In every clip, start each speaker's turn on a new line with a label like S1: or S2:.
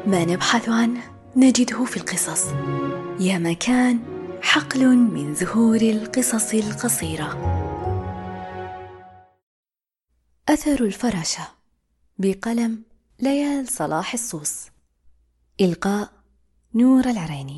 S1: ما نبحث عنه نجده في القصص. يا مكان حقل من زهور القصص القصيرة. أثر الفراشة بقلم ليال صلاح الصوص. إلقاء نور العريني.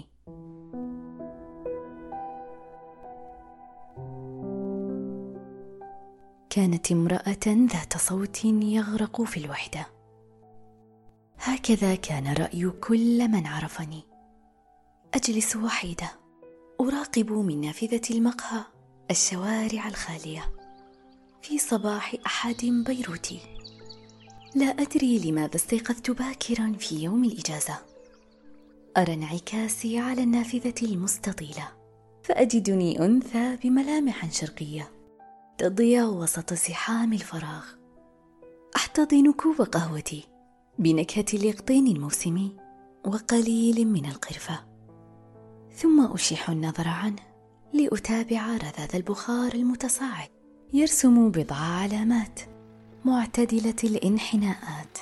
S1: كانت امرأة ذات صوت يغرق في الوحدة. هكذا كان رأي كل من عرفني. أجلس وحيدة أراقب من نافذة المقهى الشوارع الخالية في صباح أحد بيروتي. لا أدري لماذا استيقظت باكرا في يوم الإجازة. أرى انعكاسي على النافذة المستطيلة، فأجدني أنثى بملامح شرقية تضيع وسط زحام الفراغ. أحتضن كوب قهوتي بنكهة اليقطين الموسمي وقليل من القرفة، ثم أشيح النظر عنه لأتابع رذاذ البخار المتصاعد يرسم بضع علامات معتدلة الانحناءات.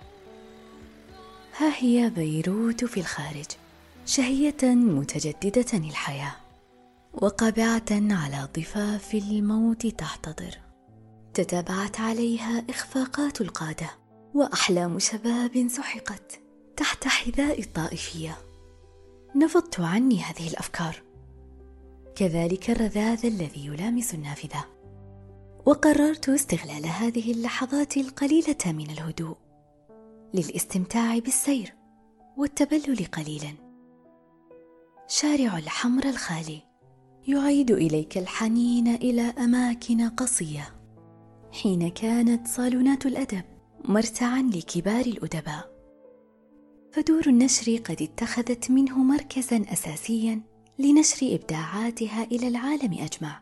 S1: ها هي بيروت في الخارج، شهية متجددة الحياة وقابعة على ضفاف الموت تحتضر. تتابعت عليها إخفاقات القادة وأحلام شباب سحقت تحت حذاء الطائفية. نفضت عني هذه الأفكار، كذلك الرذاذ الذي يلامس النافذة، وقررت استغلال هذه اللحظات القليلة من الهدوء للاستمتاع بالسير والتبلل قليلا. شارع الحمر الخالي يعيد إليك الحنين إلى أماكن قصية حين كانت صالونات الأدب مرتعا لكبار الأدباء، فدور النشر قد اتخذت منه مركزا أساسيا لنشر إبداعاتها إلى العالم أجمع.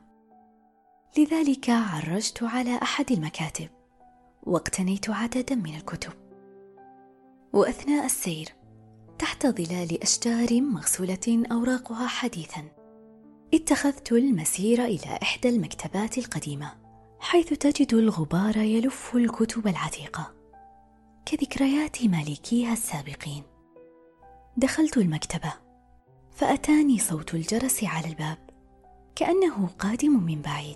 S1: لذلك عرجت على أحد المكاتب واقتنيت عددا من الكتب، وأثناء السير تحت ظلال أشجار مغسولة أوراقها حديثا اتخذت المسير إلى إحدى المكتبات القديمة، حيث تجد الغبار يلف الكتب العتيقة كذكريات مالكيها السابقين. دخلت المكتبة فأتاني صوت الجرس على الباب كأنه قادم من بعيد.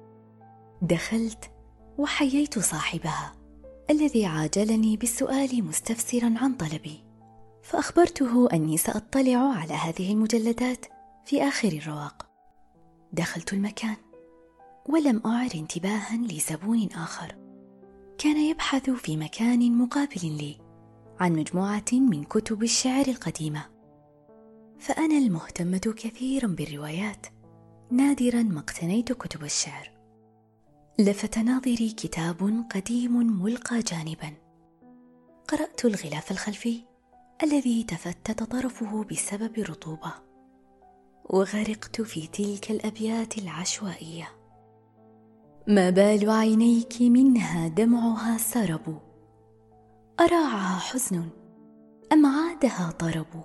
S1: دخلت وحييت صاحبها الذي عاجلني بالسؤال مستفسرا عن طلبي، فأخبرته أني سأطلع على هذه المجلدات في آخر الرواق. دخلت المكان ولم أعر انتباها لزبون آخر كان يبحث في مكان مقابل لي عن مجموعة من كتب الشعر القديمة، فأنا المهتمة كثيرا بالروايات، نادرا ما اقتنيت كتب الشعر. لفت ناظري كتاب قديم ملقى جانبا. قرأت الغلاف الخلفي الذي تفتت طرفه بسبب الرطوبة، وغرقت في تلك الأبيات العشوائية. ما بال عينيك منها دمعها سرب، أراعها حزن أم عادها طرب.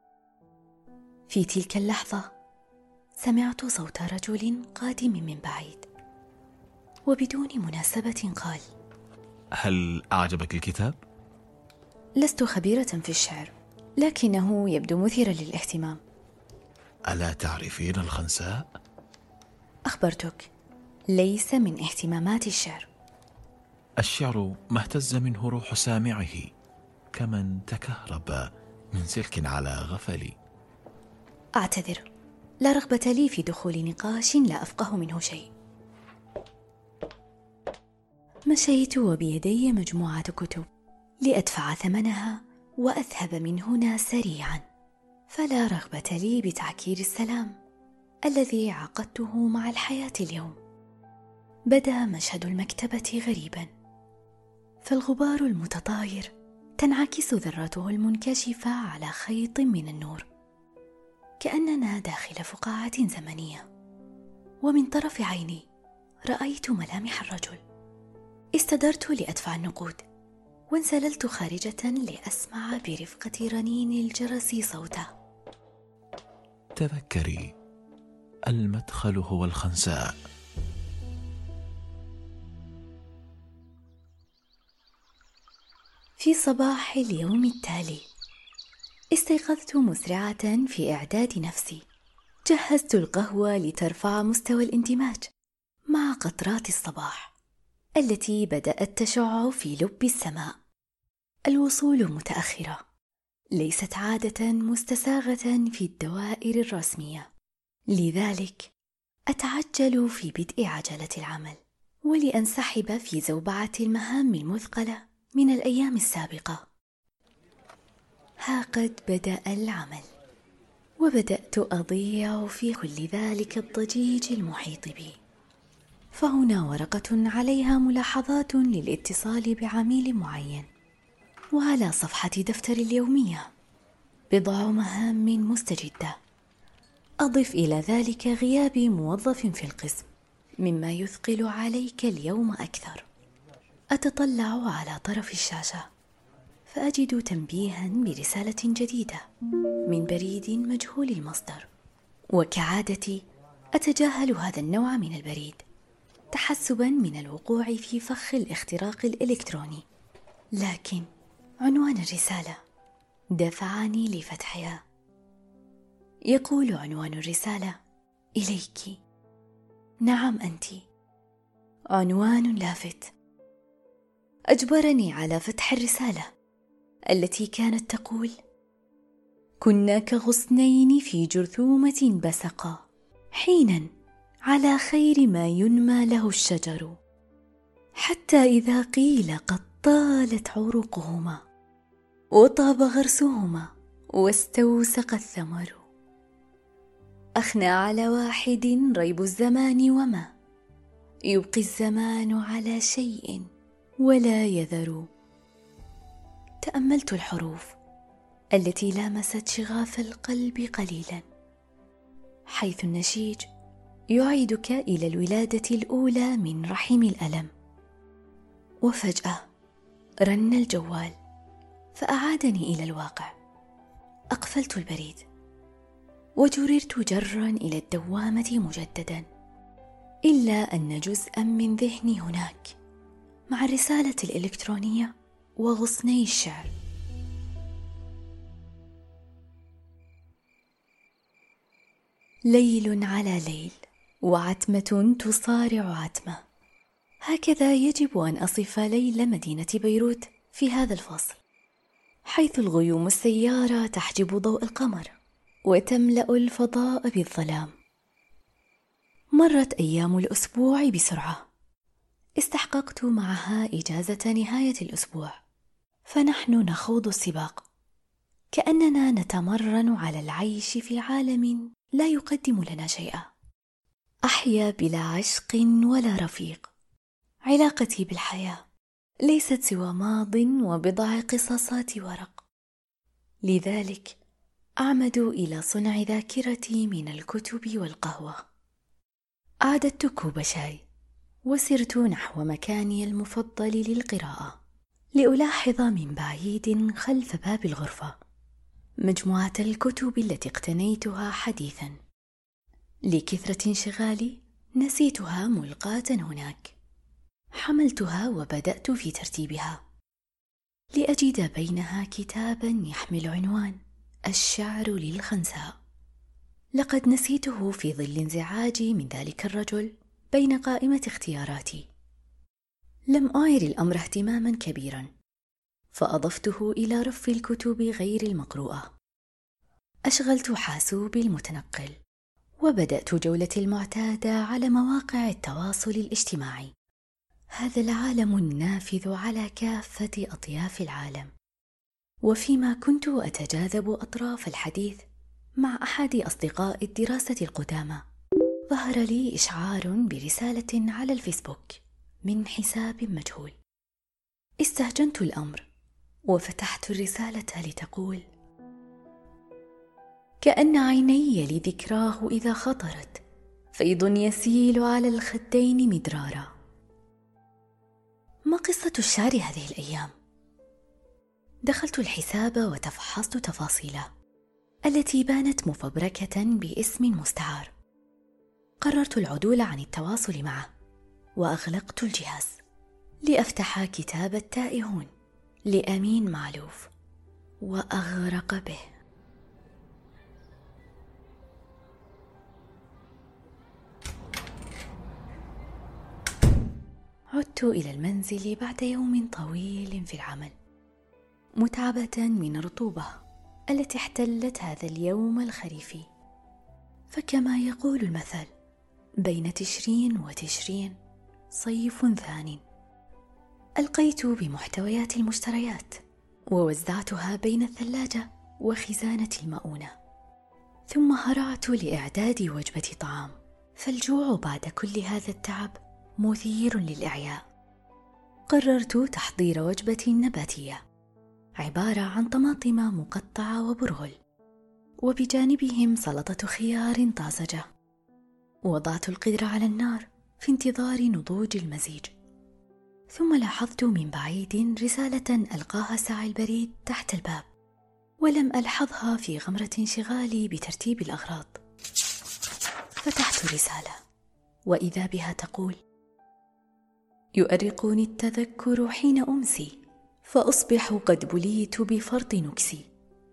S1: في تلك اللحظة سمعت صوت رجل قادم من بعيد، وبدون مناسبة قال:
S2: هل أعجبك الكتاب؟
S1: لست خبيرة في الشعر، لكنه يبدو مثيرا للاهتمام.
S2: ألا تعرفين الخنساء؟
S1: أخبرتك، ليس من اهتمامات الشعر.
S2: الشعر ما اهتز منه روح سامعه كمن تكهرب من سلك على غفل.
S1: أعتذر، لا رغبة لي في دخول نقاش لا أفقه منه شيء. مشيت وبيدي مجموعة كتب لأدفع ثمنها وأذهب من هنا سريعا، فلا رغبة لي بتعكير السلام الذي عقدته مع الحياة اليوم. بدأ مشهد المكتبة غريبا، فالغبار المتطاير تنعكس ذراته المنكشفة على خيط من النور، كأننا داخل فقاعة زمنية. ومن طرف عيني رأيت ملامح الرجل. استدرت لأدفع النقود، وانسللت خارجة لأسمع برفقة رنين الجرس صوته.
S2: تذكري، المدخل هو الخنساء.
S1: في صباح اليوم التالي استيقظت مسرعة في إعداد نفسي. جهزت القهوة لترفع مستوى الاندماج مع قطرات الصباح التي بدأت تشع في لب السماء. الوصول متأخرة ليست عادة مستساغة في الدوائر الرسمية، لذلك أتعجل في بدء عجلة العمل ولأنسحب في زوبعة المهام المثقلة من الأيام السابقة. ها قد بدأ العمل، وبدأت أضيع في كل ذلك الضجيج المحيط بي. فهنا ورقة عليها ملاحظات للاتصال بعميل معين، وعلى صفحة دفتر اليومية بضع مهام مستجدة. أضف إلى ذلك غياب موظف في القسم مما يثقل عليك اليوم أكثر. أتطلع على طرف الشاشة فأجد تنبيها برسالة جديدة من بريد مجهول المصدر، وكعادتي أتجاهل هذا النوع من البريد تحسبا من الوقوع في فخ الاختراق الإلكتروني، لكن عنوان الرسالة دفعني لفتحها. يقول عنوان الرسالة: إليك. نعم أنت. عنوان لافت أجبرني على فتح الرسالة التي كانت تقول: كنا كغصنين في جرثومة بسقا، حينا على خير ما ينمى له الشجر، حتى إذا قيل قد طالت عروقهما وطاب غرسهما واستوسق الثمر، أخنى على واحد ريب الزمان وما يبقي الزمان على شيء ولا يذر. تأملت الحروف التي لامست شغاف القلب قليلا، حيث النشيج يعيدك إلى الولادة الأولى من رحم الألم. وفجأة رن الجوال فأعادني إلى الواقع. أقفلت البريد وجررت جرا إلى الدوامة مجددا، إلا أن جزءا من ذهني هناك مع الرسالة الإلكترونية وغصني الشعر. ليل على ليل وعتمة تصارع عتمة، هكذا يجب أن أصف ليل مدينة بيروت في هذا الفصل، حيث الغيوم السيارة تحجب ضوء القمر وتملأ الفضاء بالظلام. مرت أيام الأسبوع بسرعة، استحققت معها إجازة نهاية الأسبوع، فنحن نخوض السباق كأننا نتمرن على العيش في عالم لا يقدم لنا شيئا. أحيا بلا عشق ولا رفيق. علاقتي بالحياة ليست سوى ماض وبضع قصصات ورق، لذلك أعمد إلى صنع ذاكرتي من الكتب والقهوة. أعددت كوب شاي وسرت نحو مكاني المفضل للقراءة، لألاحظ من بعيد خلف باب الغرفة مجموعة الكتب التي اقتنيتها حديثا. لكثرة انشغالي نسيتها ملقاة هناك. حملتها وبدأت في ترتيبها لأجد بينها كتابا يحمل عنوان الشعر للخنساء. لقد نسيته في ظل انزعاجي من ذلك الرجل بين قائمة اختياراتي. لم أعر الأمر اهتماما كبيرا، فأضفته إلى رف الكتب غير المقروءة. أشغلت حاسوبي المتنقل وبدأت جولتي المعتادة على مواقع التواصل الاجتماعي. هذا العالم النافذ على كافة أطياف العالم. وفيما كنت أتجاذب أطراف الحديث مع أحد أصدقاء الدراسة القدامى، ظهر لي إشعار برسالة على الفيسبوك من حساب مجهول. استهجنت الأمر وفتحت الرسالة لتقول: كأن عيني لذكراه إذا خطرت فيض يسيل على الخدين مدرارا. ما قصة الشعر هذه الأيام؟ دخلت الحساب وتفحصت تفاصيله التي بانت مفبركة باسم مستعار. قررت العدول عن التواصل معه وأغلقت الجهاز لأفتح كتاب التائهون لأمين معلوف وأغرق به. عدت إلى المنزل بعد يوم طويل في العمل، متعبة من الرطوبة التي احتلت هذا اليوم الخريفي. فكما يقول المثل: بين تشرين وتشرين صيف ثان. ألقيت بمحتويات المشتريات ووزعتها بين الثلاجة وخزانة المؤونة، ثم هرعت لإعداد وجبة طعام. فالجوع بعد كل هذا التعب مثير للإعياء. قررت تحضير وجبة نباتية عبارة عن طماطم مقطعة وبرغل، وبجانبهم سلطة خيار طازجة. وضعت القدر على النار في انتظار نضوج المزيج، ثم لاحظت من بعيد رسالة ألقاها ساعي البريد تحت الباب، ولم ألحظها في غمرة انشغالي بترتيب الأغراض. فتحت الرسالة وإذا بها تقول: يؤرقني التذكر حين أمسي، فأصبح قد بليت بفرط نكسي.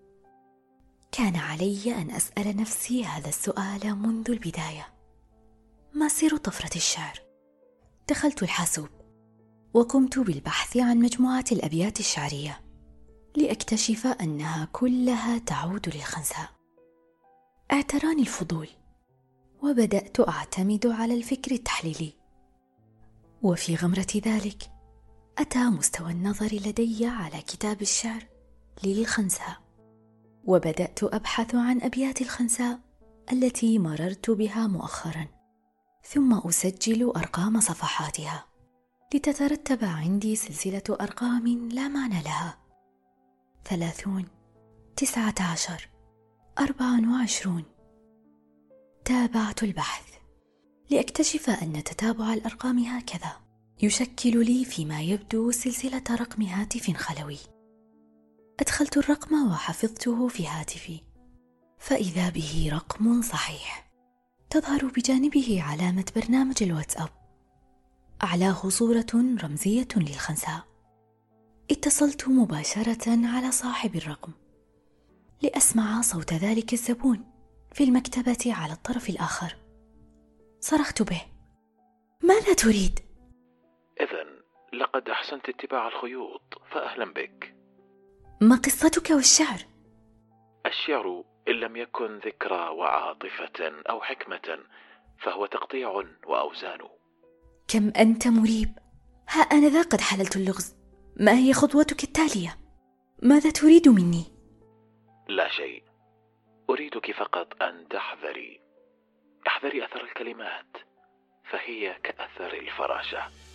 S1: كان علي أن أسأل نفسي هذا السؤال منذ البداية: ما سر طفرة الشعر؟ دخلت الحاسوب وقمت بالبحث عن مجموعة الأبيات الشعرية لأكتشف أنها كلها تعود للخنساء. اعتراني الفضول وبدأت أعتمد على الفكر التحليلي، وفي غمرة ذلك أتى مستوى النظر لدي على كتاب الشعر للخنساء، وبدأت أبحث عن أبيات الخنساء التي مررت بها مؤخرا، ثم أسجل أرقام صفحاتها لتترتب عندي سلسلة أرقام لا معنى لها: 30، 19، 24. تابعت البحث لأكتشف أن تتابع الأرقام هكذا يشكل لي فيما يبدو سلسلة رقم هاتف خلوي. أدخلت الرقم وحفظته في هاتفي، فإذا به رقم صحيح تظهر بجانبه علامة برنامج الواتساب، أعلاه صورة رمزية للخنساء. اتصلت مباشرة على صاحب الرقم لأسمع صوت ذلك الزبون في المكتبة على الطرف الآخر. صرخت به: ماذا تريد؟
S2: إذن لقد أحسنت اتباع الخيوط، فأهلا بك.
S1: ما قصتك والشعر؟
S2: الشعر إن لم يكن ذكرى وعاطفة أو حكمة فهو تقطيع وأوزان.
S1: كم أنت مريب! ها أنا ذا قد حللت اللغز. ما هي خطوتك التالية؟ ماذا تريد مني؟
S2: لا شيء، أريدك فقط أن تحذري أثر الكلمات، فهي كأثر الفراشة.